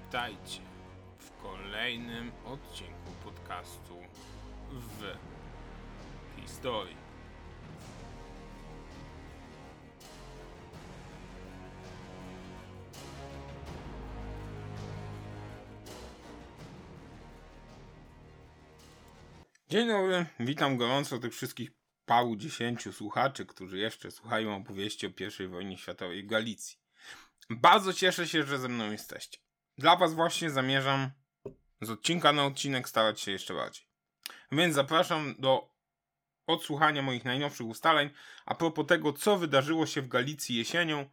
Witajcie w kolejnym odcinku podcastu w historii. Dzień dobry, witam gorąco tych wszystkich paru-10 słuchaczy, którzy jeszcze słuchają opowieści o I wojnie światowej w Galicji. Bardzo cieszę się, że ze mną jesteście. Dla was właśnie zamierzam z odcinka na odcinek starać się jeszcze bardziej. Więc zapraszam do odsłuchania moich najnowszych ustaleń a propos tego, co wydarzyło się w Galicji jesienią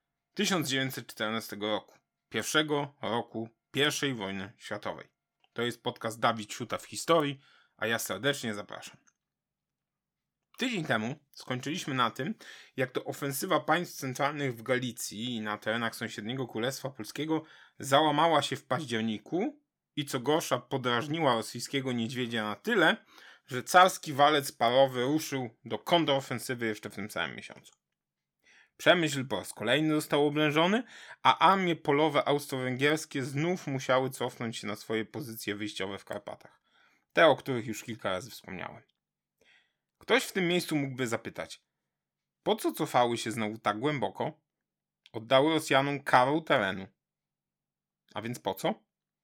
1914 roku. Pierwszego roku I wojny światowej. To jest podcast Dawid Siuta w historii, a ja serdecznie zapraszam. Tydzień temu skończyliśmy na tym, jak to ofensywa państw centralnych w Galicji i na terenach sąsiedniego Królestwa Polskiego załamała się w październiku i co gorsza podrażniła rosyjskiego niedźwiedzia na tyle, że carski walec parowy ruszył do kontrofensywy jeszcze w tym samym miesiącu. Przemyśl po raz kolejny został oblężony, a armie polowe austro-węgierskie znów musiały cofnąć się na swoje pozycje wyjściowe w Karpatach. Te, o których już kilka razy wspomniałem. Ktoś w tym miejscu mógłby zapytać, po co cofały się znowu tak głęboko? Oddały Rosjanom kawał terenu. A więc po co?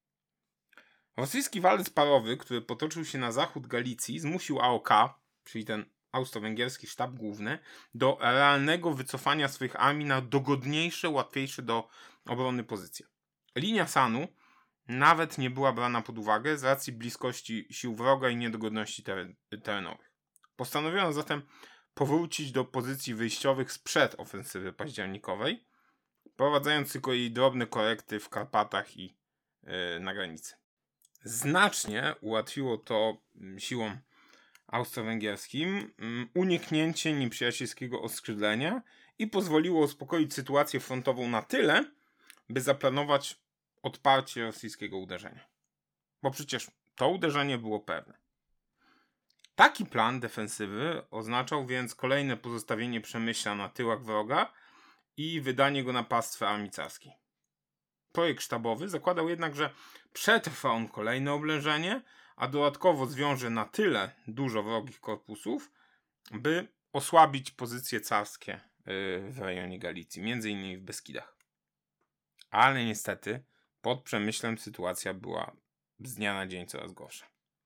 Rosyjski walec parowy, który potoczył się na zachód Galicji, zmusił AOK, czyli ten austro-węgierski sztab główny, do realnego wycofania swoich armii na dogodniejsze, łatwiejsze do obrony pozycje. Linia Sanu nawet nie była brana pod uwagę z racji bliskości sił wroga i niedogodności terenowych. Postanowiono zatem powrócić do pozycji wyjściowych sprzed ofensywy październikowej, wprowadzając tylko jej drobne korekty w Karpatach i na granicy. Znacznie ułatwiło to siłom austro-węgierskim uniknięcie nieprzyjacielskiego oskrzydlenia i pozwoliło uspokoić sytuację frontową na tyle, by zaplanować odparcie rosyjskiego uderzenia. Bo przecież to uderzenie było pewne. Taki plan defensywy oznaczał więc kolejne pozostawienie Przemyśla na tyłach wroga i wydanie go na pastwę armii carskiej. Projekt sztabowy zakładał jednak, że przetrwa on kolejne oblężenie, a dodatkowo zwiąże na tyle dużo wrogich korpusów, by osłabić pozycje carskie w rejonie Galicji, między innymi w Beskidach. Ale niestety pod Przemyślem sytuacja była z dnia na dzień coraz gorsza.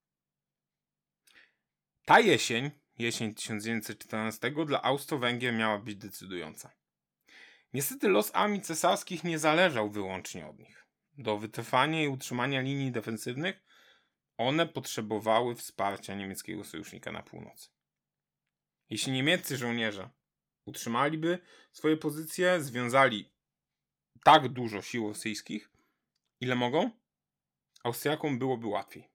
Ta jesień 1914 dla Austro-Węgier miała być decydująca. Niestety los armii cesarskich nie zależał wyłącznie od nich. Do wytrwania i utrzymania linii defensywnych one potrzebowały wsparcia niemieckiego sojusznika na północy. Jeśli niemieccy żołnierze utrzymaliby swoje pozycje, związali tak dużo sił rosyjskich, ile mogą, Austriakom byłoby łatwiej.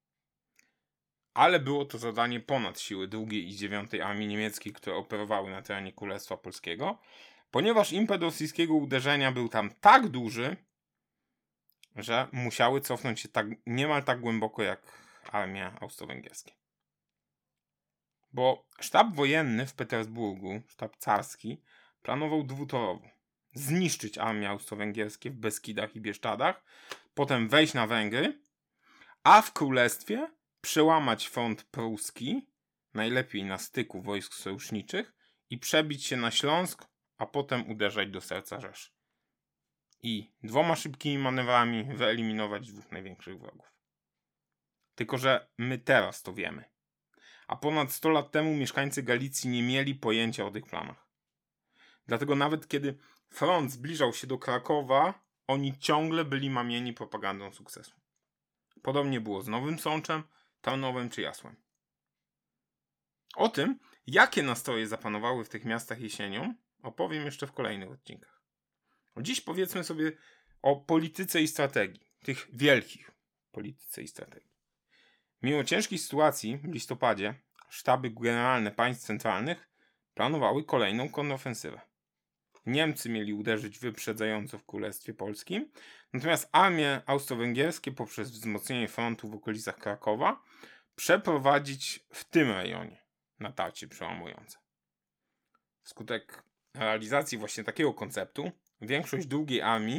Ale było to zadanie ponad siły 2. i 9 Armii Niemieckiej, które operowały na terenie Królestwa Polskiego, ponieważ impet rosyjskiego uderzenia był tam tak duży, że musiały cofnąć się niemal tak głęboko jak armia austro-węgierskie. Bo sztab wojenny w Petersburgu, sztab carski, planował dwutorowo zniszczyć armię austro-węgierskie w Beskidach i Bieszczadach, potem wejść na Węgry, a w królestwie przełamać front pruski, najlepiej na styku wojsk sojuszniczych i przebić się na Śląsk, a potem uderzać do serca Rzeszy. I 2 szybkimi manewrami wyeliminować 2 największych wrogów. Tylko że my teraz to wiemy. A ponad 100 lat temu mieszkańcy Galicji nie mieli pojęcia o tych planach. Dlatego nawet kiedy front zbliżał się do Krakowa, oni ciągle byli mamieni propagandą sukcesu. Podobnie było z Nowym Sączem, Tarnowem czy Jasłem. O tym, jakie nastroje zapanowały w tych miastach jesienią, opowiem jeszcze w kolejnych odcinkach. Dziś powiedzmy sobie o polityce i strategii, tych wielkich polityce i strategii. Mimo ciężkiej sytuacji w listopadzie sztaby generalne państw centralnych planowały kolejną kontrofensywę. Niemcy mieli uderzyć wyprzedzająco w Królestwie Polskim, natomiast armie austro-węgierskie poprzez wzmocnienie frontu w okolicach Krakowa przeprowadzić w tym rejonie natarcie przełamujące. Wskutek realizacji właśnie takiego konceptu większość drugiej armii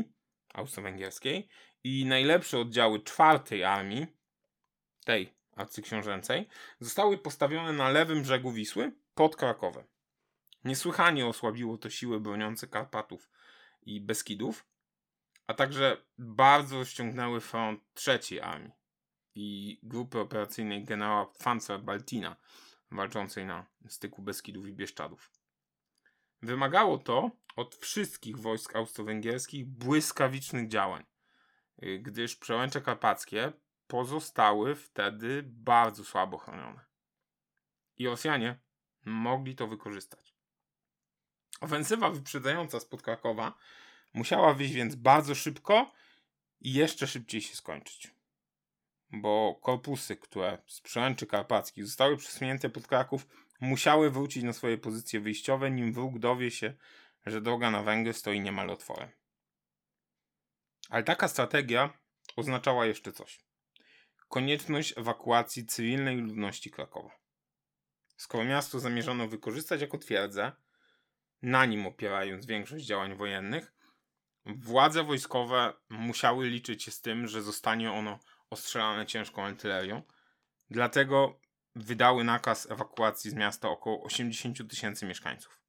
austro-węgierskiej i najlepsze oddziały 4 armii, tej arcyksiążęcej, zostały postawione na lewym brzegu Wisły pod Krakowem. Niesłychanie osłabiło to siły broniące Karpatów i Beskidów, a także bardzo ściągnęły front 3 armii i grupy operacyjnej generała Panzer-Baltina walczącej na styku Beskidów i Bieszczadów. Wymagało to od wszystkich wojsk austro-węgierskich błyskawicznych działań, gdyż przełęcze karpackie pozostały wtedy bardzo słabo chronione. I Rosjanie mogli to wykorzystać. Ofensywa wyprzedzająca spod Krakowa musiała wyjść więc bardzo szybko i jeszcze szybciej się skończyć. Bo korpusy, które z przełęczy karpackich zostały przesunięte pod Kraków, musiały wrócić na swoje pozycje wyjściowe, nim wróg dowie się, że droga na Węgry stoi niemal otworem. Ale taka strategia oznaczała jeszcze coś. Konieczność ewakuacji cywilnej ludności Krakowa. Skoro miasto zamierzano wykorzystać jako twierdzę, na nim opierając większość działań wojennych, władze wojskowe musiały liczyć się z tym, że zostanie ono ostrzelane ciężką artylerią, dlatego wydały nakaz ewakuacji z miasta około 80 000 mieszkańców.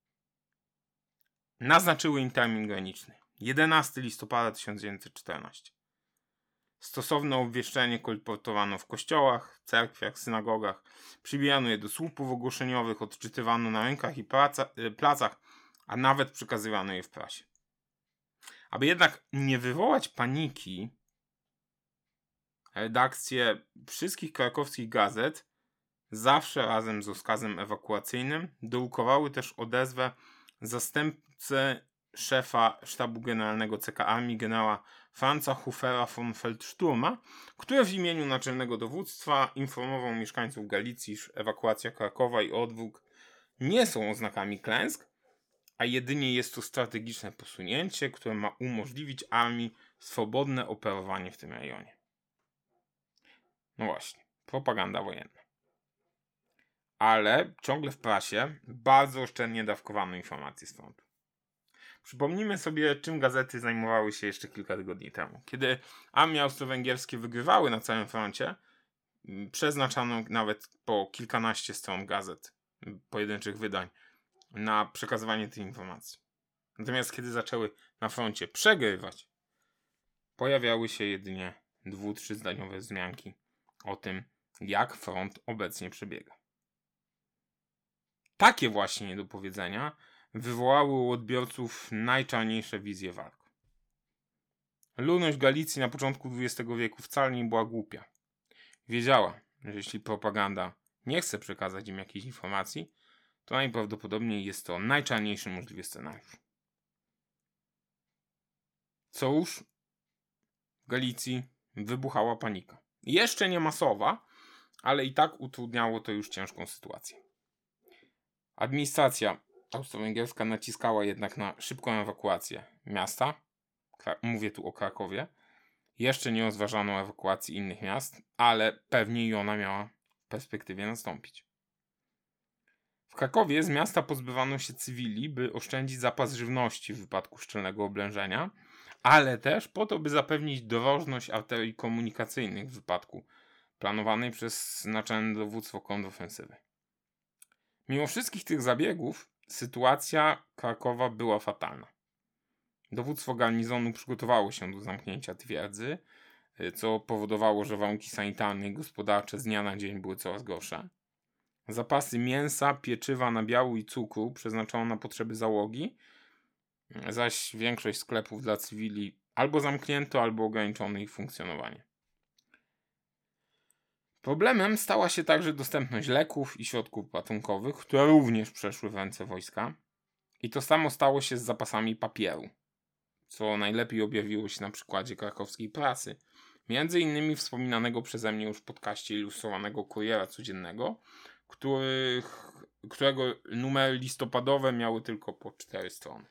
Naznaczyły im termin graniczny 11 listopada 1914. Stosowne obwieszczenie kolportowano w kościołach, cerkwiach, synagogach, przybijano je do słupów ogłoszeniowych, odczytywano na rynkach i placach, a nawet przekazywano je w prasie. Aby jednak nie wywołać paniki, redakcje wszystkich krakowskich gazet zawsze razem z rozkazem ewakuacyjnym drukowały też odezwę zastępcy szefa sztabu generalnego CK Armii generała Franza Hufera von Feldsturma, który w imieniu naczelnego dowództwa informował mieszkańców Galicji, że ewakuacja Krakowa i odwrót nie są oznakami klęsk, a jedynie jest to strategiczne posunięcie, które ma umożliwić armii swobodne operowanie w tym rejonie. No właśnie, propaganda wojenna. Ale ciągle w prasie bardzo oszczędnie dawkowano informacje z frontu. Przypomnijmy sobie, czym gazety zajmowały się jeszcze kilka tygodni temu. Kiedy armie austro-węgierskie wygrywały na całym froncie, przeznaczano nawet po kilkanaście stron gazet, pojedynczych wydań, na przekazywanie tych informacji. Natomiast kiedy zaczęły na froncie przegrywać, pojawiały się jedynie 2-3 zdaniowe wzmianki o tym, jak front obecnie przebiega. Takie właśnie niedopowiedzenia wywołały u odbiorców najczarniejsze wizje walk. Ludność Galicji na początku XX wieku wcale nie była głupia. Wiedziała, że jeśli propaganda nie chce przekazać im jakiejś informacji, to najprawdopodobniej jest to najczarniejszy możliwy scenariusz. Co już w Galicji wybuchała panika. Jeszcze nie masowa, ale i tak utrudniało to już ciężką sytuację. Administracja austro-węgierska naciskała jednak na szybką ewakuację miasta. Mówię tu o Krakowie. Jeszcze nie rozważano ewakuacji innych miast, ale pewnie i ona miała w perspektywie nastąpić. W Krakowie z miasta pozbywano się cywili, by oszczędzić zapas żywności w wypadku szczelnego oblężenia, ale też po to, by zapewnić drożność arterii komunikacyjnych w wypadku planowanej przez naczelne dowództwo kontrofensywy. Mimo wszystkich tych zabiegów sytuacja Krakowa była fatalna. Dowództwo garnizonu przygotowało się do zamknięcia twierdzy, co powodowało, że warunki sanitarne i gospodarcze z dnia na dzień były coraz gorsze. Zapasy mięsa, pieczywa, nabiału i cukru przeznaczono na potrzeby załogi, zaś większość sklepów dla cywili albo zamknięto, albo ograniczono ich funkcjonowanie. Problemem stała się także dostępność leków i środków ratunkowych, które również przeszły w ręce wojska. I to samo stało się z zapasami papieru, co najlepiej objawiło się na przykładzie krakowskiej prasy. Między innymi wspominanego przeze mnie już w podcaście ilustrowanego Kuriera Codziennego, którego numery listopadowe miały tylko po 4 strony.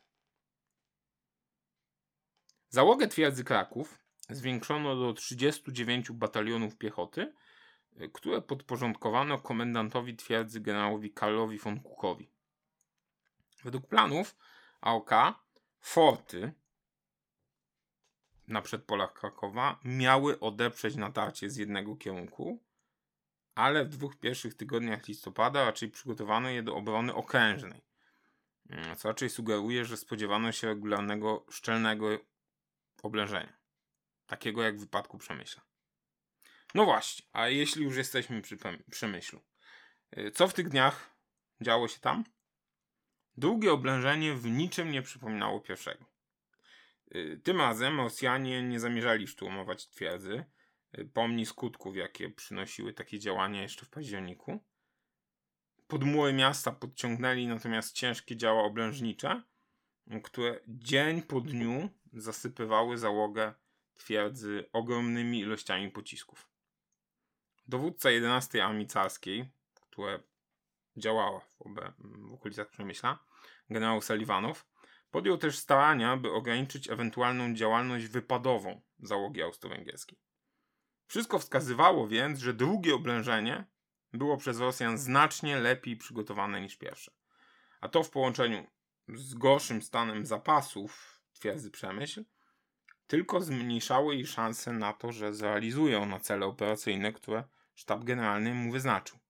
Załogę twierdzy Kraków zwiększono do 39 batalionów piechoty, które podporządkowano komendantowi twierdzy generałowi Karlowi von Kukowi. Według planów AOK forty na przedpolach Krakowa miały odeprzeć natarcie z jednego kierunku, ale w 2 pierwszych tygodniach listopada raczej przygotowano je do obrony okrężnej, co raczej sugeruje, że spodziewano się regularnego, szczelnego oblężenia, takiego jak w wypadku Przemyśla. No właśnie, a jeśli już jesteśmy przy Przemyślu, co w tych dniach działo się tam? Drugie oblężenie w niczym nie przypominało pierwszego. Tym razem Rosjanie nie zamierzali szturmować twierdzy, pomni skutków, jakie przynosiły takie działania jeszcze w październiku. Pod mury miasta podciągnęli natomiast ciężkie działa oblężnicze, które dzień po dniu zasypywały załogę twierdzy ogromnymi ilościami pocisków. Dowódca 11 Armii Carskiej, która działała w okolicach Przemyśla, generał Sulliwanow, podjął też starania, by ograniczyć ewentualną działalność wypadową załogi austro-węgierskiej. Wszystko wskazywało więc, że drugie oblężenie było przez Rosjan znacznie lepiej przygotowane niż pierwsze. A to w połączeniu z gorszym stanem zapasów twierdzy Przemyśl tylko zmniejszało jej szanse na to, że zrealizuje ona cele operacyjne, które sztab generalny mu wyznaczył.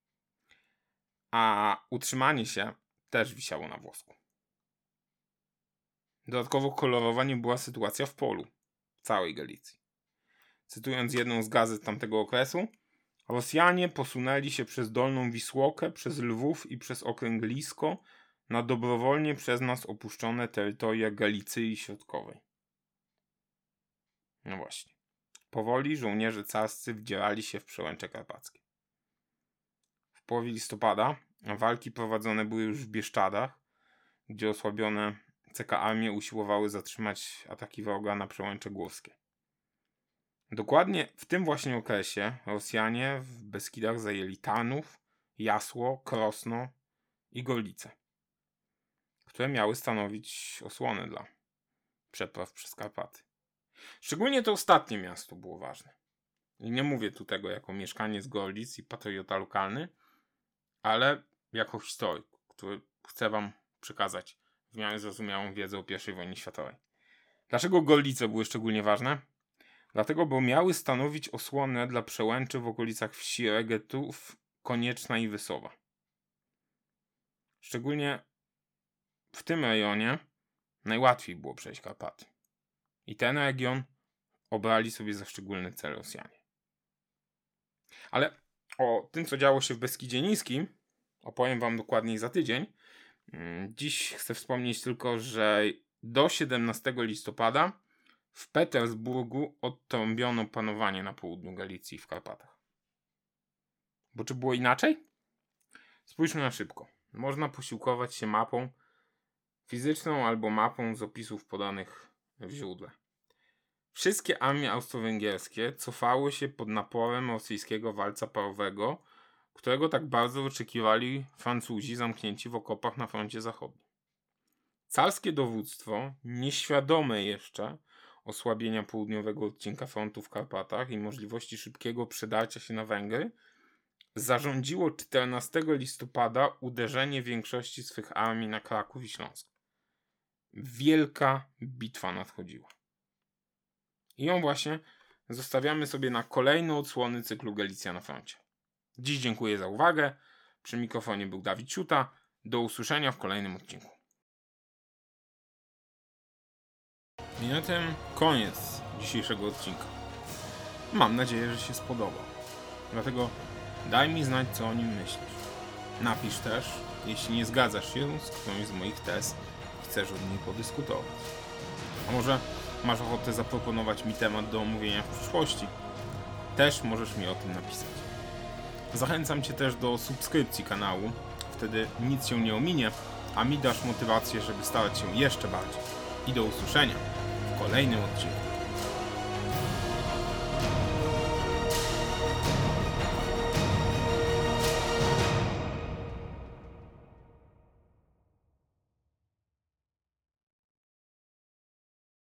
A utrzymanie się też wisiało na włosku. Dodatkowo kolorowa nie była sytuacja w polu całej Galicji. Cytując jedną z gazet tamtego okresu, Rosjanie posunęli się przez Dolną Wisłokę, przez Lwów i przez okręg Lisko na dobrowolnie przez nas opuszczone terytoria Galicji Środkowej. No właśnie. Powoli żołnierze carscy wdzierali się w przełęcze karpackie. W połowie listopada walki prowadzone były już w Bieszczadach, gdzie osłabione CK armie usiłowały zatrzymać ataki wroga na przełęcze górskie. Dokładnie w tym właśnie okresie Rosjanie w Beskidach zajęli Tarnów, Jasło, Krosno i Gorlice, które miały stanowić osłonę dla przepraw przez Karpaty. Szczególnie to ostatnie miasto było ważne. I nie mówię tu tego jako mieszkaniec Gorlic i patriota lokalny, ale jako historyk, który chce wam przekazać w miarę zrozumiałą wiedzę o I wojnie światowej. Dlaczego Gorlice były szczególnie ważne? Dlatego, bo miały stanowić osłonę dla przełęczy w okolicach wsi Regetów, Konieczna i Wysowa. Szczególnie w tym rejonie najłatwiej było przejść Karpaty. I ten region obrali sobie za szczególny cel Rosjanie. Ale o tym, co działo się w Beskidzie Niskim, opowiem wam dokładniej za tydzień. Dziś chcę wspomnieć tylko, że do 17 listopada w Petersburgu odtrąbiono panowanie na południu Galicji w Karpatach. Bo czy było inaczej? Spójrzmy na szybko. Można posiłkować się mapą fizyczną albo mapą z opisów podanych w źródle. Wszystkie armie austro-węgierskie cofały się pod naporem rosyjskiego walca parowego, którego tak bardzo wyczekiwali Francuzi zamknięci w okopach na froncie zachodnim. Carskie dowództwo, nieświadome jeszcze osłabienia południowego odcinka frontu w Karpatach i możliwości szybkiego przedarcia się na Węgry, zarządziło 14 listopada uderzenie większości swych armii na Kraków i Śląsk. Wielka bitwa nadchodziła. I ją właśnie zostawiamy sobie na kolejne odsłony cyklu Galicja na froncie. Dziś dziękuję za uwagę. Przy mikrofonie był Dawid Ciuta. Do usłyszenia w kolejnym odcinku. I na tym koniec dzisiejszego odcinka. Mam nadzieję, że się spodobał. Dlatego daj mi znać, co o nim myślisz. Napisz też, jeśli nie zgadzasz się z którąś z moich tez i chcesz od niej podyskutować. A może masz ochotę zaproponować mi temat do omówienia w przyszłości? Też możesz mi o tym napisać. Zachęcam Cię też do subskrypcji kanału. Wtedy nic się nie ominie, a mi dasz motywację, żeby starać się jeszcze bardziej. I do usłyszenia w kolejnym odcinku.